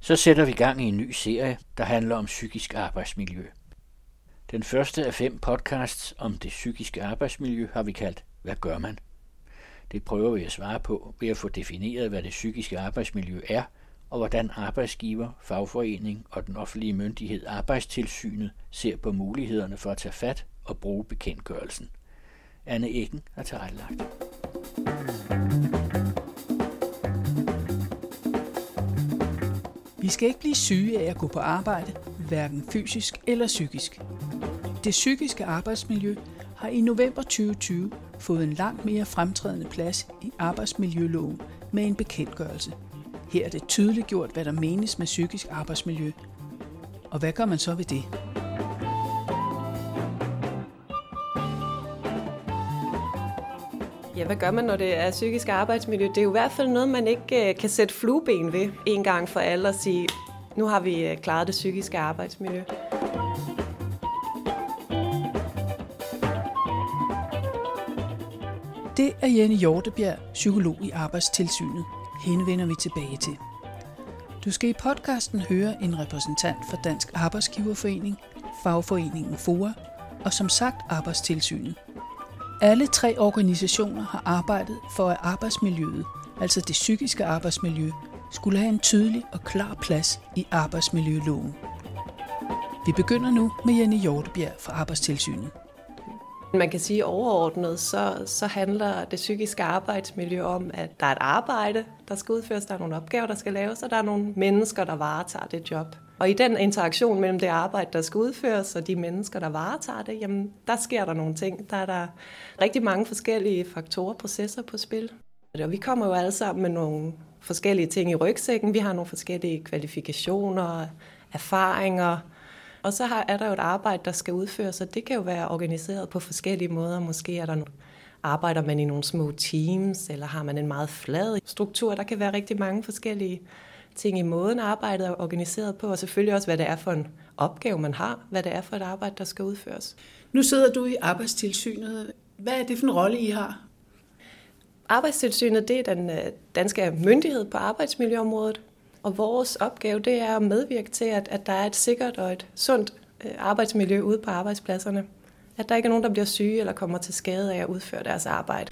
Så sætter vi gang i en ny serie, der handler om psykisk arbejdsmiljø. Den første af 5 podcasts om det psykiske arbejdsmiljø har vi kaldt Hvad gør man? Det prøver vi at svare på ved at få defineret, hvad det psykiske arbejdsmiljø er, og hvordan arbejdsgiver, fagforening og den offentlige myndighed Arbejdstilsynet ser på mulighederne for at tage fat og bruge bekendtgørelsen. Anne Eggen har tilrettelagt. Vi skal ikke blive syge af at gå på arbejde, hverken fysisk eller psykisk. Det psykiske arbejdsmiljø har i november 2020 fået en langt mere fremtrædende plads i arbejdsmiljøloven med en bekendtgørelse. Her er det tydeligt gjort, hvad der menes med psykisk arbejdsmiljø. Og hvad gør man så ved det? Ja, hvad gør man, når det er psykisk arbejdsmiljø? Det er jo i hvert fald noget, man ikke kan sætte flueben ved en gang for alle og sige, nu har vi klaret det psykiske arbejdsmiljø. Det er Jenny Hjortebjerg, psykolog i Arbejdstilsynet. Hende vender vi tilbage til. Du skal i podcasten høre en repræsentant for Dansk Arbejdsgiverforening, fagforeningen FOA og som sagt Arbejdstilsynet. Alle 3 organisationer har arbejdet for, at arbejdsmiljøet, altså det psykiske arbejdsmiljø, skulle have en tydelig og klar plads i arbejdsmiljøloven. Vi begynder nu med Jenny Hjortebjerg fra Arbejdstilsynet. Man kan sige overordnet, så handler det psykiske arbejdsmiljø om, at der er et arbejde, der skal udføres, der er nogle opgaver, der skal laves, og der er nogle mennesker, der varetager det job. Og i den interaktion mellem det arbejde, der skal udføres, og de mennesker, der varetager det, jamen, der sker der nogle ting. Der er der rigtig mange forskellige faktorer og processer på spil. Og vi kommer jo alle sammen med nogle forskellige ting i rygsækken. Vi har nogle forskellige kvalifikationer, erfaringer. Og så er der jo et arbejde, der skal udføres, og det kan jo være organiseret på forskellige måder. Måske er der arbejder man i nogle små teams, eller har man en meget flad struktur. Der kan være rigtig mange forskellige ting i måden, arbejdet er organiseret på, og selvfølgelig også, hvad det er for en opgave, man har, hvad det er for et arbejde, der skal udføres. Nu sidder du i Arbejdstilsynet. Hvad er det for en rolle, I har? Arbejdstilsynet, det er den danske myndighed på arbejdsmiljøområdet, og vores opgave, det er at medvirke til, at der er et sikkert og et sundt arbejdsmiljø ude på arbejdspladserne. At der ikke er nogen, der bliver syge eller kommer til skade af at udføre deres arbejde.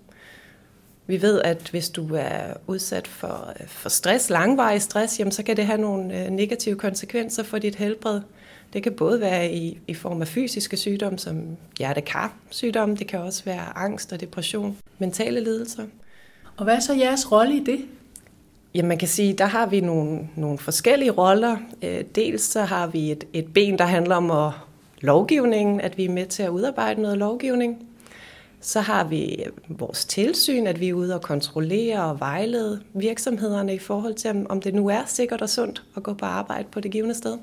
Vi ved, at hvis du er udsat for stress, langvarig stress, jamen, så kan det have nogle negative konsekvenser for dit helbred. Det kan både være i form af fysiske sygdomme, som hjerte-kar-sygdomme. Det kan også være angst og depression, mentale lidelser. Og hvad er så jeres rolle i det? Jamen, man kan sige, der har vi nogle forskellige roller. Dels så har vi et ben, der handler om lovgivningen, at vi er med til at udarbejde noget lovgivning. Så har vi vores tilsyn, at vi er ude og kontrollere og vejlede virksomhederne i forhold til, om det nu er sikkert og sundt at gå på arbejde på det givne sted.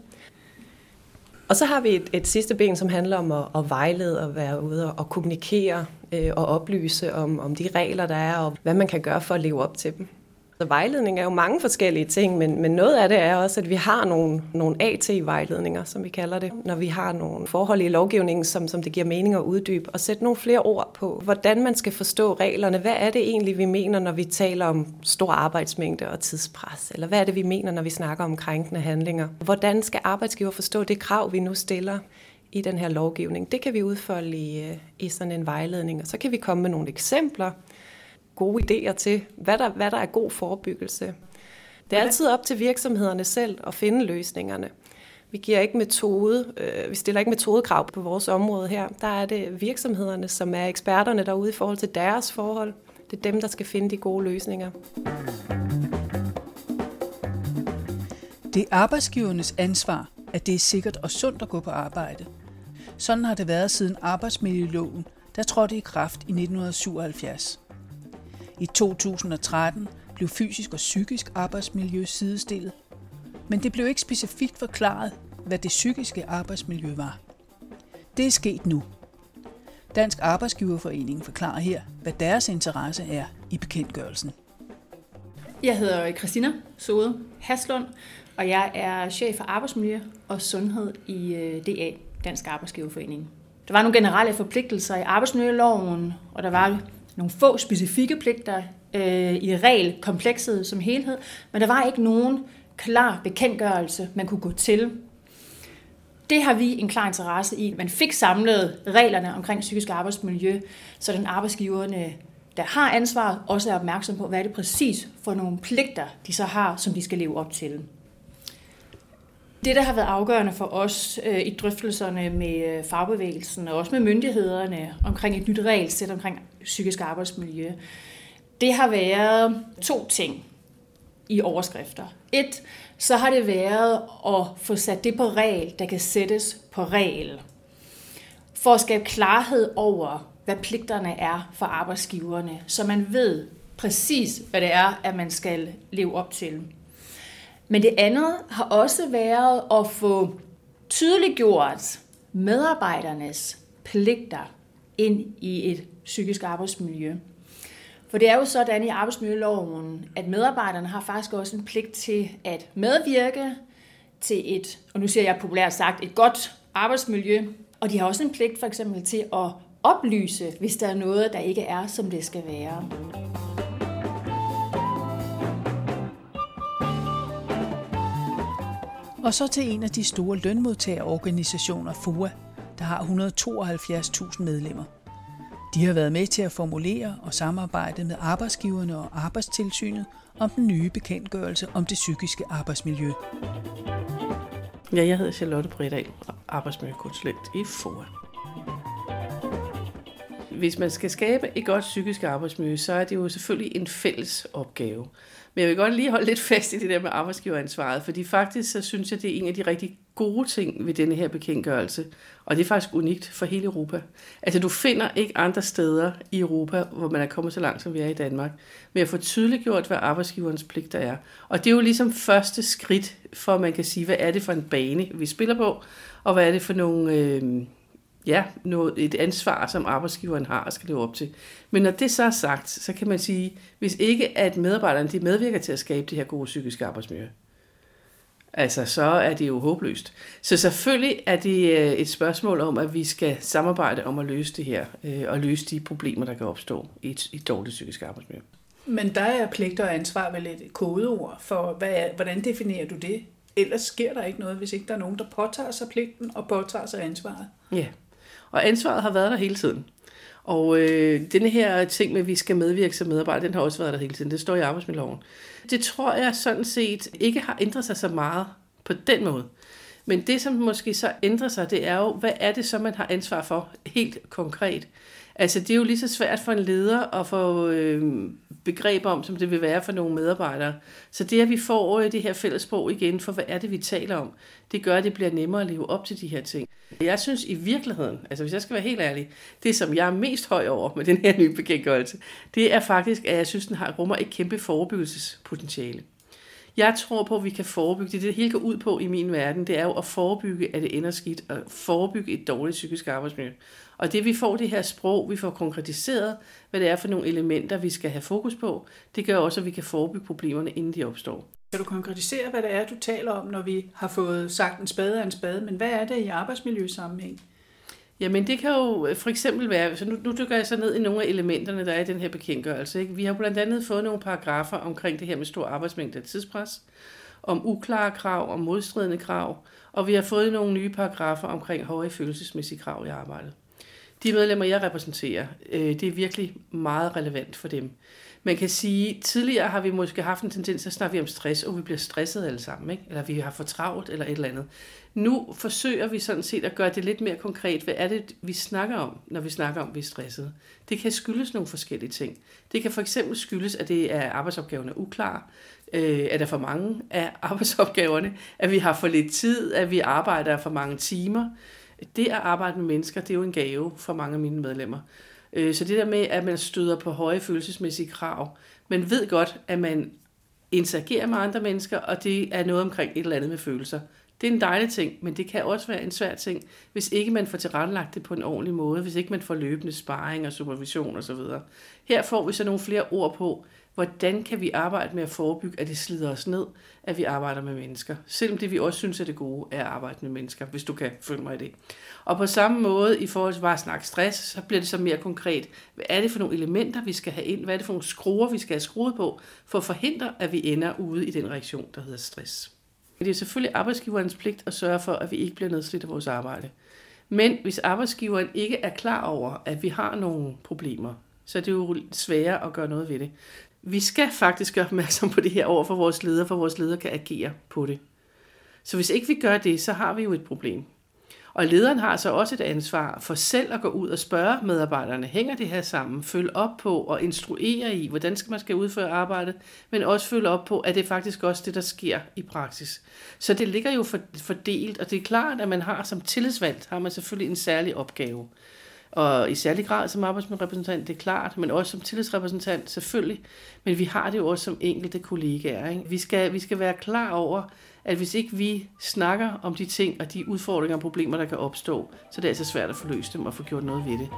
Og så har vi et sidste ben, som handler om at vejlede og være ude og kommunikere og oplyse om de regler, der er, og hvad man kan gøre for at leve op til dem. Så vejledning er jo mange forskellige ting, men noget af det er også, at vi har nogle AT-vejledninger, som vi kalder det, når vi har nogle forhold i lovgivningen, som det giver mening at uddybe, og sætte nogle flere ord på, hvordan man skal forstå reglerne. Hvad er det egentlig, vi mener, når vi taler om stor arbejdsmængde og tidspres? Eller hvad er det, vi mener, når vi snakker om krænkende handlinger? Hvordan skal arbejdsgiver forstå det krav, vi nu stiller i den her lovgivning? Det kan vi udfolde i sådan en vejledning, og så kan vi komme med nogle eksempler, gode idéer til, hvad der er god forebyggelse. Det er altid op til virksomhederne selv at finde løsningerne. Vi stiller ikke metodekrav på vores område her. Der er det virksomhederne, som er eksperterne derude i forhold til deres forhold. Det er dem, der skal finde de gode løsninger. Det er arbejdsgivernes ansvar, at det er sikkert og sundt at gå på arbejde. Sådan har det været siden arbejdsmiljøloven, der trådte i kraft i 1977. I 2013 blev fysisk og psykisk arbejdsmiljø sidestillet, men det blev ikke specifikt forklaret, hvad det psykiske arbejdsmiljø var. Det er sket nu. Dansk Arbejdsgiverforening forklarer her, hvad deres interesse er i bekendtgørelsen. Jeg hedder Christina Sode Haslund, og jeg er chef for arbejdsmiljø og sundhed i DA, Dansk Arbejdsgiverforening. Der var nogle generelle forpligtelser i arbejdsmiljøloven, og der var nogle få specifikke pligter i regelkomplekset som helhed, men der var ikke nogen klar bekendtgørelse, man kunne gå til. Det har vi en klar interesse i. Man fik samlet reglerne omkring psykisk arbejdsmiljø, så den arbejdsgiverne, der har ansvaret, også er opmærksom på, hvad er det præcis for nogle pligter, de så har, som de skal leve op til. Det, der har været afgørende for os i drøftelserne med fagbevægelsen og også med myndighederne omkring et nyt regelsæt omkring psykisk arbejdsmiljø, det har været 2 ting i overskrifter. 1, så har det været at få sat det på regel, der kan sættes på regel. For at skabe klarhed over, hvad pligterne er for arbejdsgiverne, så man ved præcis, hvad det er, at man skal leve op til. Men det andet har også været at få tydeliggjort medarbejdernes pligter ind i et psykisk arbejdsmiljø. For det er jo sådan i arbejdsmiljøloven, at medarbejderne har faktisk også en pligt til at medvirke til et, og nu siger jeg populært sagt, et godt arbejdsmiljø. Og de har også en pligt for eksempel til at oplyse, hvis der er noget, der ikke er, som det skal være. Og så til en af de store lønmodtagerorganisationer, FOA, der har 172.000 medlemmer. De har været med til at formulere og samarbejde med arbejdsgiverne og Arbejdstilsynet om den nye bekendtgørelse om det psykiske arbejdsmiljø. Ja, jeg hedder Charlotte Bredal, arbejdsmiljøkonsulent i FOA. Hvis man skal skabe et godt psykisk arbejdsmiljø, så er det jo selvfølgelig en fælles opgave. Men jeg vil godt lige holde lidt fast i det der med arbejdsgiveransvaret, fordi faktisk så synes jeg, det er en af de rigtig gode ting ved denne her bekendtgørelse, og det er faktisk unikt for hele Europa. Altså du finder ikke andre steder i Europa, hvor man er kommet så langt, som vi er i Danmark, med at få tydeliggjort, hvad arbejdsgiverens pligter er. Og det er jo ligesom første skridt, for at man kan sige, hvad er det for en bane, vi spiller på, og hvad er det for nogle... et ansvar, som arbejdsgiveren har og skal leve op til. Men når det så er sagt, så kan man sige, hvis ikke at medarbejderne de medvirker til at skabe det her gode psykiske arbejdsmiljø, altså så er det jo håbløst. Så selvfølgelig er det et spørgsmål om, at vi skal samarbejde om at løse det her, og løse de problemer, der kan opstå i et dårligt psykisk arbejdsmiljø. Men der er pligter og ansvar vel et kodeord for, hvordan definerer du det? Ellers sker der ikke noget, hvis ikke der er nogen, der påtager sig pligten og påtager sig ansvaret. Ja, og ansvaret har været der hele tiden. Og denne her ting med, at vi skal medvirke som medarbejdere, den har også været der hele tiden. Det står i arbejdsmiljøloven. Det tror jeg sådan set ikke har ændret sig så meget på den måde. Men det, som måske så ændrer sig, det er jo, hvad er det så, man har ansvar for helt konkret? Altså, det er jo lige så svært for en leder at få begreb om, som det vil være for nogle medarbejdere. Så det, at vi får det her fællessprog igen, for hvad er det, vi taler om, det gør, at det bliver nemmere at leve op til de her ting. Jeg synes i virkeligheden, altså hvis jeg skal være helt ærlig, det som jeg er mest høj over med den her nye bekendtgørelse, det er faktisk, at jeg synes, den rummer et kæmpe forebyggelsespotentiale. Jeg tror på, at vi kan forebygge det. Det hele går ud på i min verden, det er jo at forebygge, at det ender skidt, og forebygge et dårligt psykisk arbejdsmiljø. Og det vi får det her sprog, vi får konkretiseret, hvad det er for nogle elementer, vi skal have fokus på, det gør også, at vi kan forebygge problemerne, inden de opstår. Kan du konkretisere, hvad det er, du taler om, når vi har fået sagt en spade er en spade, men hvad er det i arbejdsmiljøsammenhæng? Jamen det kan jo for eksempel være, så nu dykker jeg så ned i nogle af elementerne, der er i den her bekendtgørelse. Ikke? Vi har blandt andet fået nogle paragrafer omkring det her med stor arbejdsmængde og tidspres, om uklare krav, om modstridende krav, og vi har fået nogle nye paragrafer omkring høje følelsesmæssige krav i arbejdet. De medlemmer, jeg repræsenterer, det er virkelig meget relevant for dem. Man kan sige, tidligere har vi måske haft en tendens til at snakke om stress, og vi bliver stresset alle sammen, ikke? Eller vi har for travlt, eller et eller andet. Nu forsøger vi sådan set at gøre det lidt mere konkret. Hvad er det, vi snakker om, når vi snakker om, at vi er stressede? Det kan skyldes nogle forskellige ting. Det kan for eksempel skyldes, at det er arbejdsopgaverne uklare, at der for mange af arbejdsopgaverne, at vi har for lidt tid, at vi arbejder for mange timer. Det at arbejde med mennesker, det er jo en gave for mange af mine medlemmer. Så det der med, at man støder på høje følelsesmæssige krav, man ved godt, at man interagerer med andre mennesker, og det er noget omkring et eller andet med følelser. Det er en dejlig ting, men det kan også være en svær ting, hvis ikke man får tilrettelagt det på en ordentlig måde, hvis ikke man får løbende sparring og supervision osv. Her får vi så nogle flere ord på, hvordan kan vi arbejde med at forebygge, at det slider os ned, at vi arbejder med mennesker. Selvom det vi også synes er det gode, er at arbejde med mennesker, hvis du kan følge mig i det. Og på samme måde, i forhold til bare at snakke stress, så bliver det så mere konkret. Hvad er det for nogle elementer, vi skal have ind? Hvad er det for nogle skruer, vi skal have skruet på, for at forhindre, at vi ender ude i den reaktion, der hedder stress? Det er selvfølgelig arbejdsgiverens pligt at sørge for, at vi ikke bliver nedslidt af vores arbejde. Men hvis arbejdsgiveren ikke er klar over, at vi har nogle problemer, så er det jo sværere at gøre noget ved det. Vi skal faktisk gøre opmærksom på det her over for vores ledere, for vores ledere kan agere på det. Så hvis ikke vi gør det, så har vi jo et problem. Og lederen har så også et ansvar for selv at gå ud og spørge medarbejderne, hænger det her sammen, følge op på og instruere i, hvordan man skal udføre arbejdet, men også følge op på, at det faktisk også det, der sker i praksis. Så det ligger jo fordelt, og det er klart, at man har som tillidsvalgt, har man selvfølgelig en særlig opgave. Og i særlig grad som arbejdsmiljørepræsentant, det er klart, men også som tillidsrepræsentant selvfølgelig, men vi har det jo også som enkelte kollegaer. Ikke? Vi skal være klar over, at hvis ikke vi snakker om de ting og de udfordringer og problemer, der kan opstå, så er det altså svært at få løst dem og få gjort noget ved det.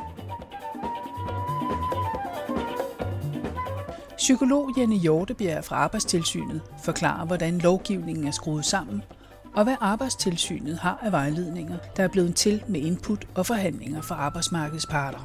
Psykolog Jenny Hjortebjerg fra Arbejdstilsynet forklarer, hvordan lovgivningen er skruet sammen, og hvad Arbejdstilsynet har af vejledninger, der er blevet til med input og forhandlinger fra arbejdsmarkedets parter.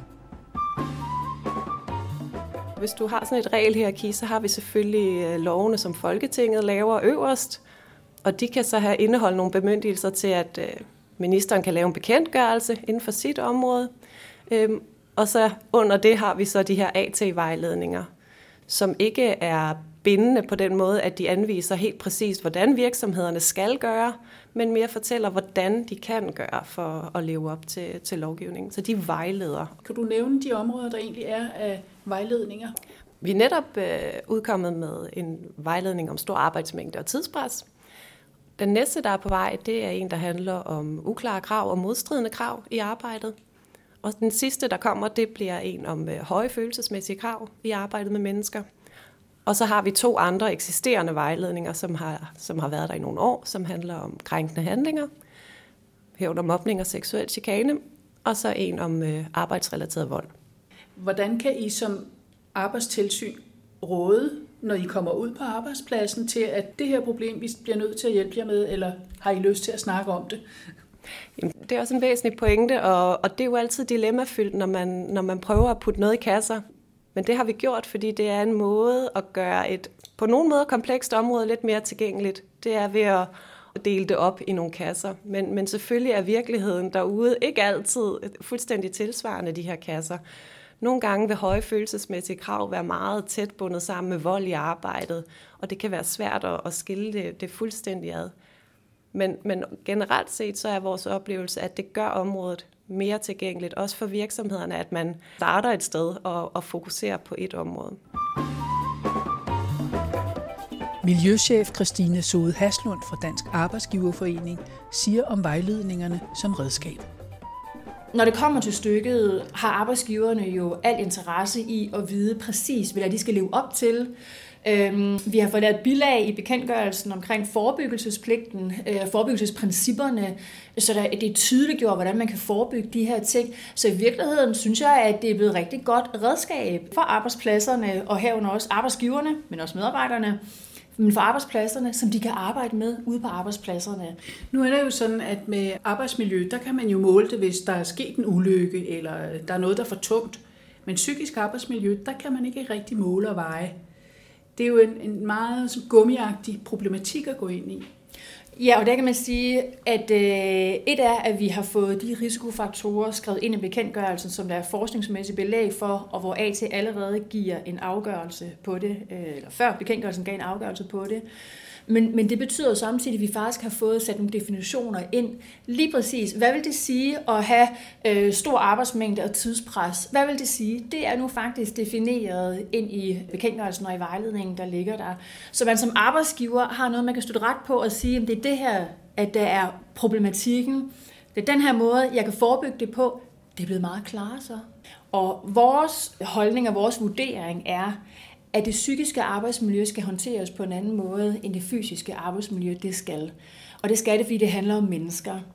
Hvis du har sådan et regelhierarki, så har vi selvfølgelig lovene, som Folketinget laver øverst, og de kan så have indeholdt nogle bemyndigelser til, at ministeren kan lave en bekendtgørelse inden for sit område. Og så under det har vi så de her AT-vejledninger, som ikke er bindende på den måde, at de anviser helt præcist, hvordan virksomhederne skal gøre, men mere fortæller, hvordan de kan gøre for at leve op til lovgivningen. Så de vejleder. Kan du nævne de områder, der egentlig er af vejledninger? Vi er netop udkommet med en vejledning om stor arbejdsmængde og tidspres. Den næste, der er på vej, det er en, der handler om uklare krav og modstridende krav i arbejdet. Og den sidste, der kommer, det bliver en om høje følelsesmæssige krav i arbejdet med mennesker. Og så har vi 2 andre eksisterende vejledninger, som har været der i nogle år, som handler om krænkende handlinger, herunder mobning og seksuel chikane, og så en om arbejdsrelateret vold. Hvordan kan I som arbejdstilsyn råde, når I kommer ud på arbejdspladsen, til at det her problem, vi bliver nødt til at hjælpe jer med, eller har I lyst til at snakke om det? Det er også en væsentlig pointe, og det er jo altid dilemmafyldt, når man prøver at putte noget i kasser. Men det har vi gjort, fordi det er en måde at gøre et på nogen måde komplekst område lidt mere tilgængeligt. Det er ved at dele det op i nogle kasser. Men selvfølgelig er virkeligheden derude ikke altid fuldstændig tilsvarende de her kasser. Nogle gange vil høje følelsesmæssige krav være meget tæt bundet sammen med vold i arbejdet, og det kan være svært at skille det fuldstændig ad. Men generelt set så er vores oplevelse, at det gør området mere tilgængeligt, også for virksomhederne, at man starter et sted og fokuserer på et område. Miljøchef Christine Sode Haslund fra Dansk Arbejdsgiverforening siger om vejledningerne som redskab. Når det kommer til stykket, har arbejdsgiverne jo al interesse i at vide præcis, hvad de skal leve op til. Vi har fået lavet et bilag i bekendtgørelsen omkring forebyggelsespligten, forebyggelsesprincipperne, så det er tydeliggjort, hvordan man kan forebygge de her ting. Så i virkeligheden synes jeg, at det er blevet et rigtig godt redskab for arbejdspladserne, og herunder også arbejdsgiverne, men også medarbejderne, men for arbejdspladserne, som de kan arbejde med ude på arbejdspladserne. Nu er det jo sådan, at med arbejdsmiljø, der kan man jo måle det, hvis der er sket en ulykke, eller der er noget, der er for tungt. Men psykisk arbejdsmiljø, der kan man ikke rigtig måle og veje. Det er jo en meget gummiagtig problematik at gå ind i. Ja, og der kan man sige, at et er, at vi har fået de risikofaktorer skrevet ind i bekendtgørelsen, som der er forskningsmæssigt belæg for, og hvor AT allerede giver en afgørelse på det, eller før bekendtgørelsen gav en afgørelse på det. Men det betyder samtidig, at vi faktisk har fået sat nogle definitioner ind. Lige præcis, hvad vil det sige at have stor arbejdsmængde og tidspres? Hvad vil det sige? Det er nu faktisk defineret ind i bekendtgørelsen og i vejledningen, der ligger der. Så man som arbejdsgiver har noget, man kan støtte ret på og sige, at det er det her, at der er problematikken. Det er den her måde, jeg kan forebygge det på. Det er blevet meget klart så. Og vores holdning og vores vurdering er, at det psykiske arbejdsmiljø skal håndteres på en anden måde, end det fysiske arbejdsmiljø det skal. Og det skal det, fordi det handler om mennesker.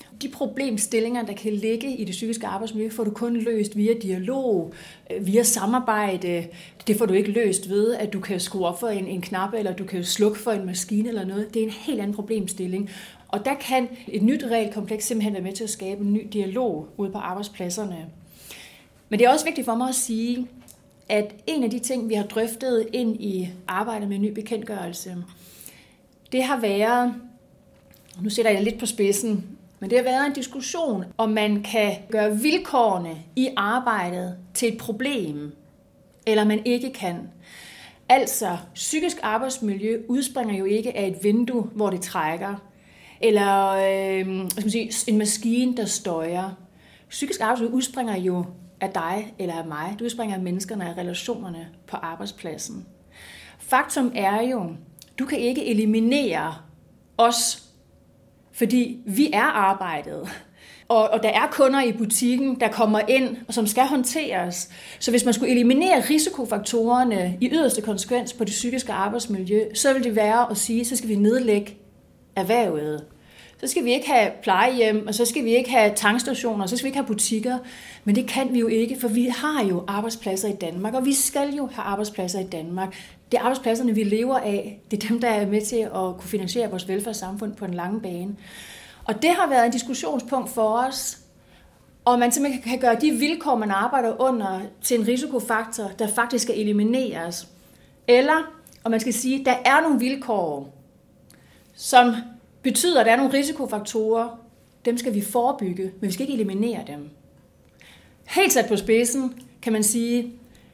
De problemstillinger, der kan ligge i det psykiske arbejdsmiljø, får du kun løst via dialog, via samarbejde. Det får du ikke løst ved, at du kan skrue op for en knap, eller du kan slukke for en maskine eller noget. Det er en helt anden problemstilling. Og der kan et nyt regelkompleks simpelthen være med til at skabe en ny dialog ude på arbejdspladserne. Men det er også vigtigt for mig at sige, at en af de ting, vi har drøftet ind i arbejdet med en ny bekendtgørelse, det har været, nu sætter jeg lidt på spidsen, men det har været en diskussion, om man kan gøre vilkårene i arbejdet til et problem, eller man ikke kan. Altså, psykisk arbejdsmiljø udspringer jo ikke af et vindue, hvor det trækker, eller en maskine, der støjer. Psykisk arbejdsmiljø udspringer jo af dig eller af mig. Det udspringer af menneskerne og relationerne på arbejdspladsen. Faktum er jo, du kan ikke eliminere os, fordi vi er arbejdet. Og der er kunder i butikken, der kommer ind, og som skal håndteres. Så hvis man skulle eliminere risikofaktorerne i yderste konsekvens på det psykiske arbejdsmiljø, så vil det være at sige, så skal vi nedlægge erhvervet. Så skal vi ikke have plejehjem, og så skal vi ikke have tankstationer, og så skal vi ikke have butikker. Men det kan vi jo ikke, for vi har jo arbejdspladser i Danmark, og vi skal jo have arbejdspladser i Danmark. Det er arbejdspladserne, vi lever af. Det er dem, der er med til at kunne finansiere vores velfærdssamfund på den lange bane. Og det har været en diskussionspunkt for os, og man simpelthen kan gøre de vilkår, man arbejder under, til en risikofaktor, der faktisk skal elimineres. Eller, og man skal sige, der er nogle vilkår, som betyder, at der er nogle risikofaktorer, dem skal vi forebygge, men vi skal ikke eliminere dem. Helt sat på spidsen kan man sige,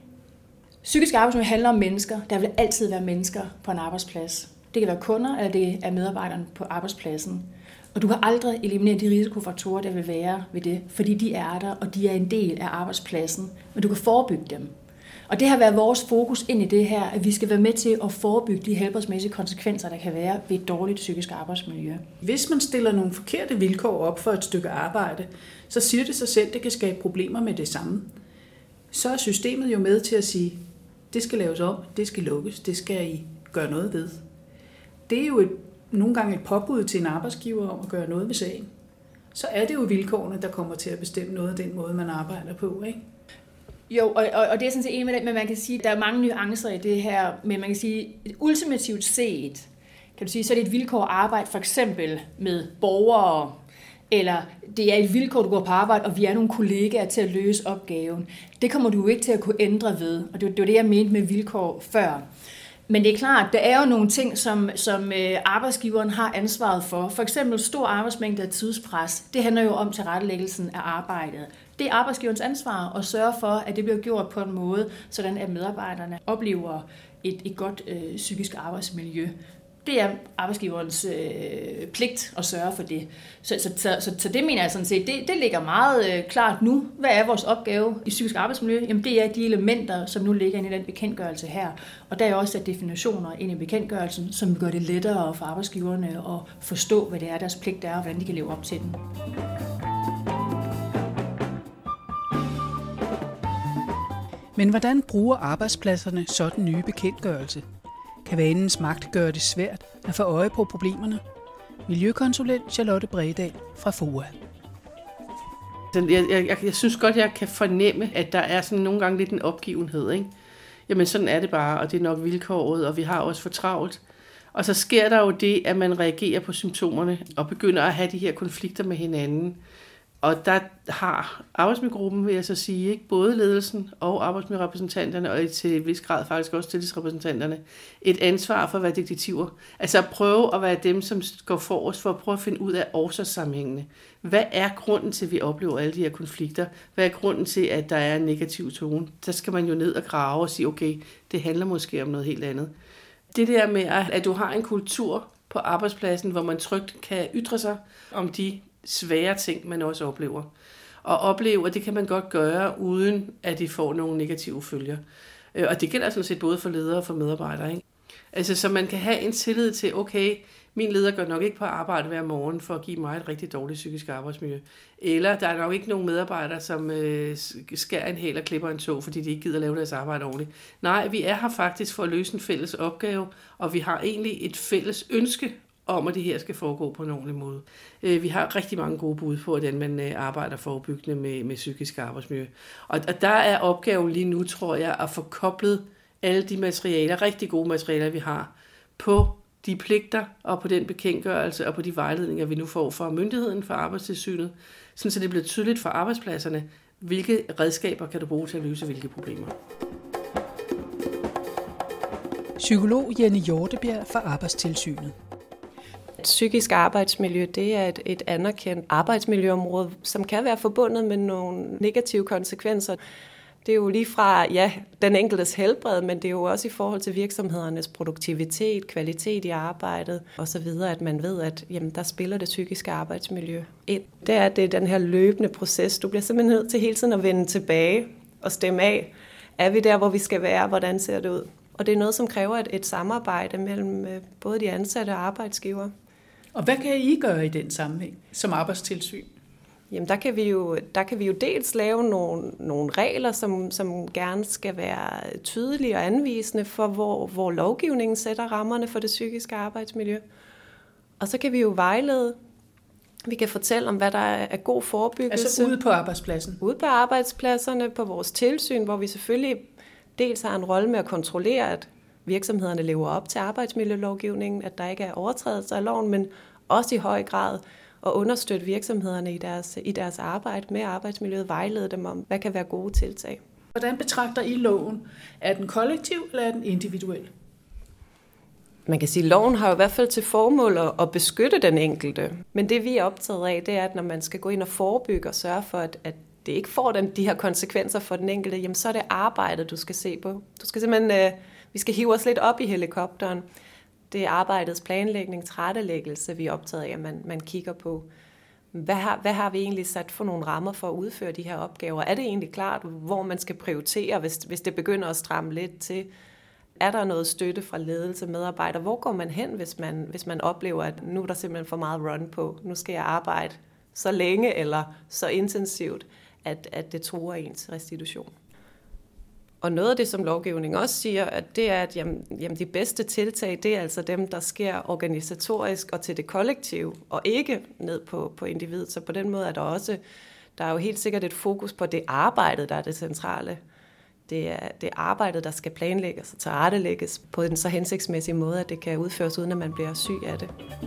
psykisk arbejdsmiljø handler om mennesker. Der vil altid være mennesker på en arbejdsplads. Det kan være kunder, eller det er medarbejderne på arbejdspladsen. Og du kan aldrig eliminere de risikofaktorer, der vil være ved det, fordi de er der, og de er en del af arbejdspladsen. Men du kan forebygge dem. Og det har været vores fokus ind i det her, at vi skal være med til at forebygge de helbredsmæssige konsekvenser, der kan være ved et dårligt psykisk arbejdsmiljø. Hvis man stiller nogle forkerte vilkår op for et stykke arbejde, så siger det sig selv, at det kan skabe problemer med det samme. Så er systemet jo med til at sige, det skal laves om, det skal lukkes, det skal I gøre noget ved. Det er jo nogle gange et påbud til en arbejdsgiver om at gøre noget ved sagen. Så er det jo vilkårene, der kommer til at bestemme noget af den måde, man arbejder på, ikke? Jo, og det er sådan set enig med det, men man kan sige, at der er mange nuancer i det her, men man kan sige, ultimativt set, kan du sige, så er det et vilkår at arbejde for eksempel med borgere, eller det er et vilkår, du går på arbejde, og vi er nogle kollegaer til at løse opgaven. Det kommer du jo ikke til at kunne ændre ved, og det var det, jeg mente med vilkår før. Men det er klart, der er jo nogle ting, som arbejdsgiveren har ansvaret for. For eksempel stor arbejdsmængde af tidspres. Det handler jo om tilrettelæggelsen af arbejdet. Det er arbejdsgiverens ansvar at sørge for, at det bliver gjort på en måde, sådan at medarbejderne oplever et godt psykisk arbejdsmiljø. Det er arbejdsgiverens pligt at sørge for det. Så det mener jeg sådan set, det ligger meget klart nu. Hvad er vores opgave i psykisk arbejdsmiljø? Jamen det er de elementer, som nu ligger inde i den bekendtgørelse her. Og der er også sat definitioner ind i bekendtgørelsen, som gør det lettere for arbejdsgiverne at forstå, hvad det er, deres pligt er, og hvordan de kan leve op til den. Men hvordan bruger arbejdspladserne så den nye bekendtgørelse? Kan vanens magt gøre det svært at få øje på problemerne? Miljøkonsulent Charlotte Bredal fra FOA. Jeg synes godt, jeg kan fornemme, at der er sådan nogle gange lidt en opgivenhed, ikke? Jamen sådan er det bare, og det er nok vilkåret, og vi har også for travlt. Og så sker der jo det, at man reagerer på symptomerne og begynder at have de her konflikter med hinanden. Og der har arbejdsmiljøgruppen, vil jeg så sige, ikke, både ledelsen og arbejdsmiljørepræsentanterne, og til en vis grad faktisk også tillidsrepræsentanterne, et ansvar for at være detektiver. Altså at prøve at være dem, som går forrest for at prøve at finde ud af årsagssammenhængene. Hvad er grunden til, at vi oplever alle de her konflikter? Hvad er grunden til, at der er en negativ tone? Der skal man jo ned og grave og sige, okay, det handler måske om noget helt andet. Det der med, at du har en kultur på arbejdspladsen, hvor man trygt kan ytre sig om de svære ting, man også oplever. Og opleve, at det kan man godt gøre, uden at de får nogle negative følger. Og det gælder sådan set både for ledere og for medarbejdere, ikke? Altså, så man kan have en tillid til, okay, min leder går nok ikke på arbejde hver morgen for at give mig et rigtig dårligt psykisk arbejdsmiljø. Eller der er nok ikke nogen medarbejdere, som skærer en hæl og klipper en tog, fordi de ikke gider lave deres arbejde ordentligt. Nej, vi er her faktisk for at løse en fælles opgave, og vi har egentlig et fælles ønske om, at det her skal foregå på en ordentlig måde. Vi har rigtig mange gode bud på, hvordan man arbejder forebyggende med psykisk arbejdsmiljø. Og der er opgaven lige nu, tror jeg, at få koblet alle de materialer, rigtig gode materialer, vi har, på de pligter og på den bekendtgørelse og på de vejledninger, vi nu får fra myndigheden, fra Arbejdstilsynet, sådan så det bliver tydeligt for arbejdspladserne, hvilke redskaber kan du bruge til at løse hvilke problemer. Psykolog Jenny Hjortebjerg fra Arbejdstilsynet. Psykisk arbejdsmiljø, det er et anerkendt arbejdsmiljøområde, som kan være forbundet med nogle negative konsekvenser. Det er jo lige fra den enkeltes helbred, men det er jo også i forhold til virksomhedernes produktivitet, kvalitet i arbejdet osv., at man ved, at der spiller det psykiske arbejdsmiljø ind. Det er den her løbende proces. Du bliver simpelthen nødt til hele tiden at vende tilbage og stemme af. Er vi der, hvor vi skal være? Hvordan ser det ud? Og det er noget, som kræver et samarbejde mellem både de ansatte og arbejdsgivere. Og hvad kan I gøre i den sammenhæng som arbejdstilsyn? Jamen, der kan vi jo dels lave nogle regler, som gerne skal være tydelige og anvisende for, hvor lovgivningen sætter rammerne for det psykiske arbejdsmiljø. Og så kan vi jo vejlede. Vi kan fortælle om, hvad der er god forebyggelse. Altså ude på arbejdspladsen? Ude på arbejdspladserne, på vores tilsyn, hvor vi selvfølgelig dels har en rolle med at kontrollere, at virksomhederne lever op til arbejdsmiljølovgivningen, at der ikke er overtrædelser af loven, men også i høj grad at understøtte virksomhederne i deres arbejde med arbejdsmiljøet, vejlede dem om, hvad kan være gode tiltag. Hvordan betragter I loven? Er den kollektiv, eller er den individuel? Man kan sige, at loven har jo i hvert fald til formål at beskytte den enkelte. Men det vi er optaget af, det er, at når man skal gå ind og forebygge og sørge for, at det ikke får de her konsekvenser for den enkelte, jamen så er det arbejdet, du skal se på. Du skal simpelthen, vi skal hive os lidt op i helikopteren. Det er arbejdets planlægning, tilrettelæggelse, vi er optaget af, at man kigger på. Hvad har vi egentlig sat for nogle rammer for at udføre de her opgaver? Er det egentlig klart, hvor man skal prioritere, hvis det begynder at stramme lidt til? Er der noget støtte fra ledelse, medarbejdere? Hvor går man hen, hvis man oplever, at nu er der simpelthen for meget run på? Nu skal jeg arbejde så længe eller så intensivt, at det truer ens restitution. Og noget af det, som lovgivningen også siger, at det er, at de bedste tiltag, det er altså dem, der sker organisatorisk og til det kollektive, og ikke ned på individet. Så på den måde er der er jo helt sikkert et fokus på det arbejde, der er det centrale. Det er det arbejde, der skal planlægges og tilrettelægges på en så hensigtsmæssig måde, at det kan udføres, uden at man bliver syg af det.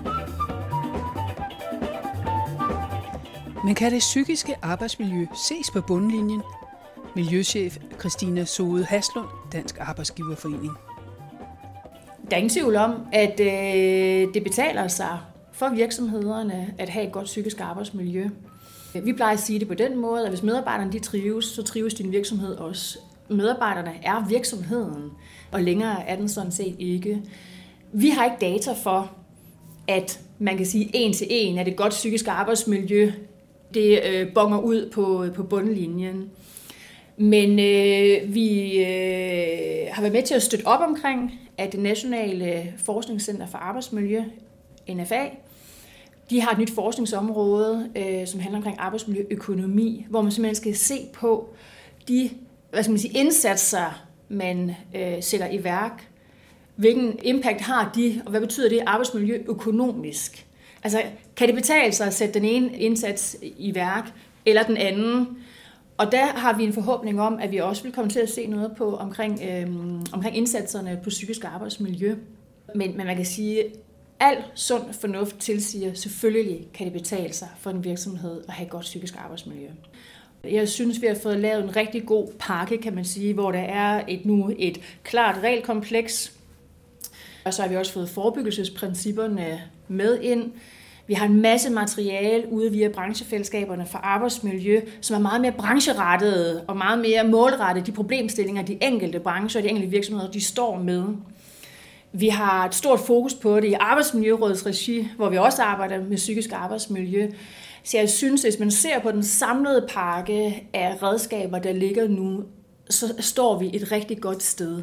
Men kan det psykiske arbejdsmiljø ses på bundlinjen? Miljøchef Christina Sode Haslund, Dansk Arbejdsgiverforening. Der er ingen tvivl om, at det betaler sig for virksomhederne at have et godt psykisk arbejdsmiljø. Vi plejer at sige det på den måde, at hvis medarbejderne de trives, så trives din virksomhed også. Medarbejderne er virksomheden, og længere er den sådan set ikke. Vi har ikke data for, at man kan sige en til en, at et godt psykisk arbejdsmiljø det bonger ud på bundlinjen. Men vi har været med til at støtte op omkring, at det Nationale Forskningscenter for Arbejdsmiljø, NFA, de har et nyt forskningsområde, som handler omkring arbejdsmiljøøkonomi, hvor man simpelthen skal se på de indsatser, man sætter i værk. Hvilken impact har de, og hvad betyder det arbejdsmiljøøkonomisk? Altså, kan det betale sig at sætte den ene indsats i værk, eller den anden? Og der har vi en forhåbning om, at vi også vil komme til at se noget på omkring indsatserne på psykisk arbejdsmiljø. Men man kan sige, at al sund fornuft tilsiger, selvfølgelig kan det betale sig for en virksomhed at have et godt psykisk arbejdsmiljø. Jeg synes, vi har fået lavet en rigtig god pakke, kan man sige, hvor der er et klart regelkompleks. Og så har vi også fået forebyggelsesprincipperne med ind. Vi har en masse materiale ude via branchefællesskaberne for arbejdsmiljø, som er meget mere brancherettede og meget mere målrettede de problemstillinger, de enkelte brancher og de enkelte virksomheder, de står med. Vi har et stort fokus på det i Arbejdsmiljørådets regi, hvor vi også arbejder med psykisk arbejdsmiljø. Så jeg synes, hvis man ser på den samlede pakke af redskaber, der ligger nu, så står vi et rigtig godt sted.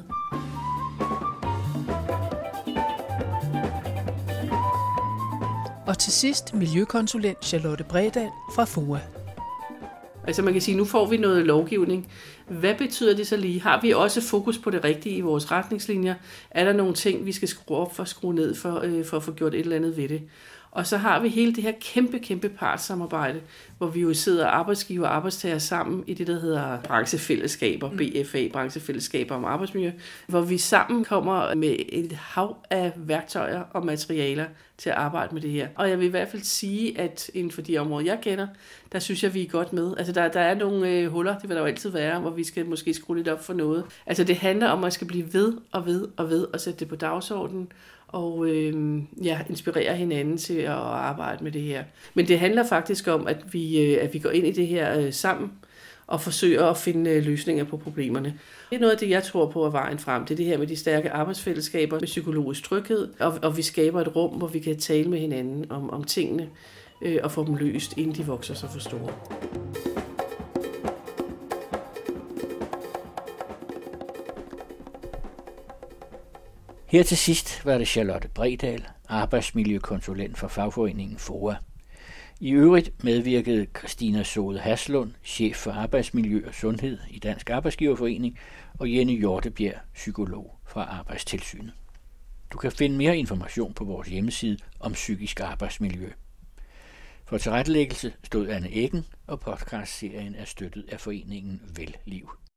Og til sidst miljøkonsulent Charlotte Bredal fra FOA. Altså man kan sige, nu får vi noget lovgivning, Hvad betyder det så lige? Har vi også fokus på det rigtige i vores retningslinjer? Er der nogle ting, vi skal skrue op for, skrue ned for at få gjort et eller andet ved det? Og så har vi hele det her kæmpe partssamarbejde, hvor vi jo sidder arbejdsgiver og arbejdstager sammen i det, der hedder branchefællesskaber, BFA, branchefællesskaber om arbejdsmiljø, hvor vi sammen kommer med et hav af værktøjer og materialer til at arbejde med det her. Og jeg vil i hvert fald sige, at inden for de områder, jeg kender, der synes jeg, vi er godt med. Altså der er nogle huller, det vil der jo altid være, hvor vi skal måske skrue lidt op for noget. Altså det handler om, at man skal blive ved og sætte det på dagsordenen, og inspirere hinanden til at arbejde med det her. Men det handler faktisk om, at vi går ind i det her sammen og forsøger at finde løsninger på problemerne. Det er noget af det, jeg tror på er vejen frem. Det er det her med de stærke arbejdsfællesskaber med psykologisk tryghed, og vi skaber et rum, hvor vi kan tale med hinanden om tingene og få dem løst, inden de vokser sig for store. Her til sidst var det Charlotte Bredal, arbejdsmiljøkonsulent for fagforeningen FOA. I øvrigt medvirkede Christina Sode Haslund, chef for arbejdsmiljø og sundhed i Dansk Arbejdsgiverforening, og Jenny Hjortebjerg, psykolog fra Arbejdstilsynet. Du kan finde mere information på vores hjemmeside om psykisk arbejdsmiljø. For tilrettelæggelse stod Anne Eggen, og podcastserien er støttet af foreningen Vel Liv.